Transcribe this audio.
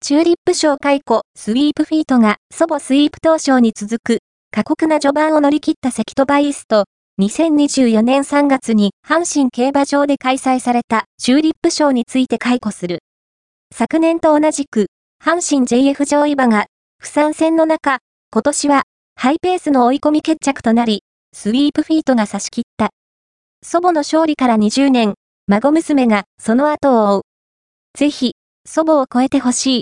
チューリップ賞解雇、スイープフィートが祖母スイープ当賞に続く、過酷な序盤を乗り切った関戸バイスと、2024年3月に阪神競馬場で開催されたチューリップ賞について解雇する。昨年と同じく、阪神 JF 上位馬が不参戦の中、今年はハイペースの追い込み決着となり、スイープフィートが差し切った。祖母の勝利から20年、孫娘がその後を追う。ぜひ、祖母を超えてほしい。